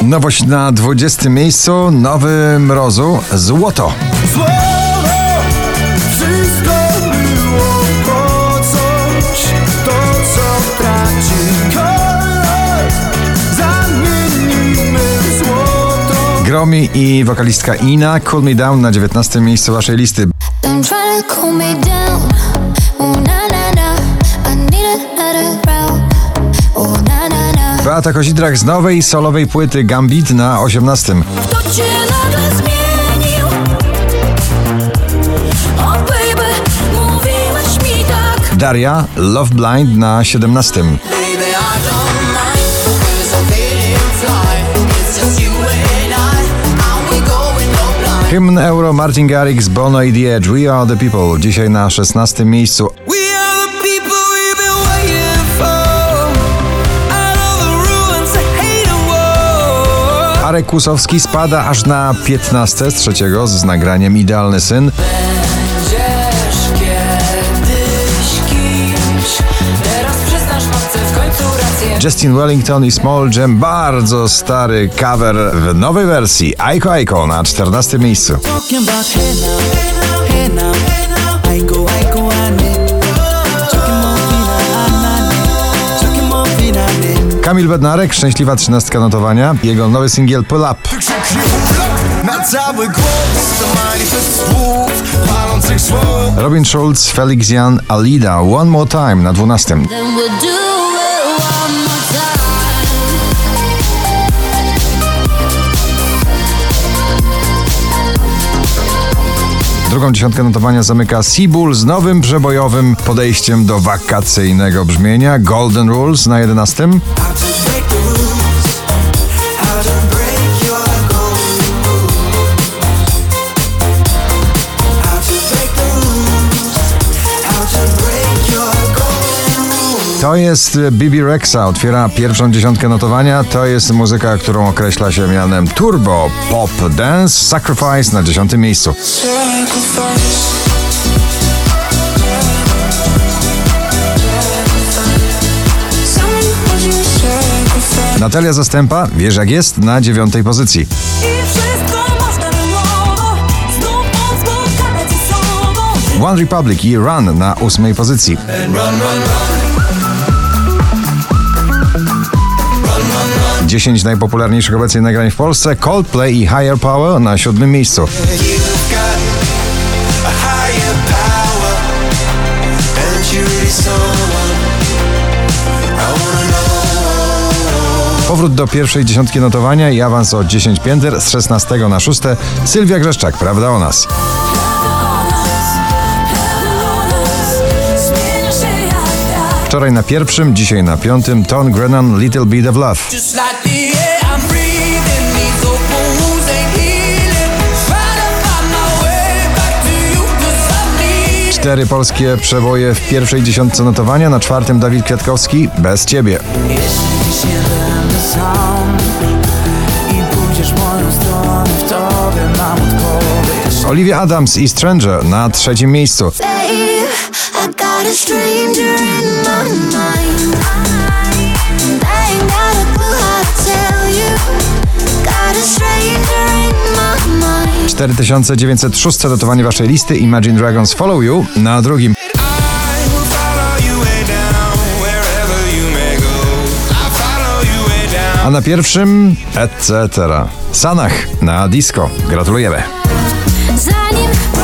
Nowość na 20. miejscu, Nowy Mrozu, Złoto. Wszystko było po coś, to co traci kolor, zamienimy w złoto. Gromi i wokalistka Ina, Cool Me Down na 19. miejscu waszej listy. Beata Kozidrak z nowej solowej płyty Gambit na 18. Kto cię nagle zmienił? Oh baby, mówiłeś mi tak. Daria, Love Blind na 17. Hymn Euro, Martin Garrix, Bono i The Edge, We Are The People, dzisiaj na 16. miejscu. Arek Kłusowski spada aż na 15 z trzeciego z nagraniem Idealny Syn. Będziesz kiedyś kimś. Teraz przyznasz matce w końcu rację. Justin Wellington i Small Jam, bardzo stary cover w nowej wersji. Aiko Aiko na 14. miejscu. Kamil Bednarek, szczęśliwa 13 notowania. Jego nowy singiel Pull Up. Na cały głos, to manifest słów, palących słów. Robin Schulz, Felix Jan, Alida, One More Time na 12. Drugą dziesiątkę notowania zamyka Seabull z nowym przebojowym podejściem do wakacyjnego brzmienia, Golden Rules na 11. To jest Bibi Rexha, otwiera pierwszą dziesiątkę notowania. To jest muzyka, którą określa się mianem Turbo Pop Dance. Sacrifice na 10. miejscu. Natalia Zastępa, Wiesz jak jest, na 9. pozycji. One Republic i Run na 8. pozycji. 10 najpopularniejszych obecnie nagrań w Polsce, Coldplay i Higher Power na 7. miejscu. Powrót do pierwszej dziesiątki notowania i awans o 10 pięter z 16 na 6. Sylwia Grzeszczak, Prawda o nas. Wczoraj na pierwszym, dzisiaj na 5. Ton Grennan, Little Bit of Love. 4 polskie przeboje w pierwszej dziesiątce notowania, na 4. Dawid Kwiatkowski, Bez ciebie. Jeśli nie będę sam i pójdziesz moją stronę, w tobie mam odpowiedź. Olivia Adams i Stranger na 3. miejscu. My 4906 notowanie waszej listy, Imagine Dragons Follow You na 2. A na 1. Etc. Sanach na disco. Gratulujemy. Zanim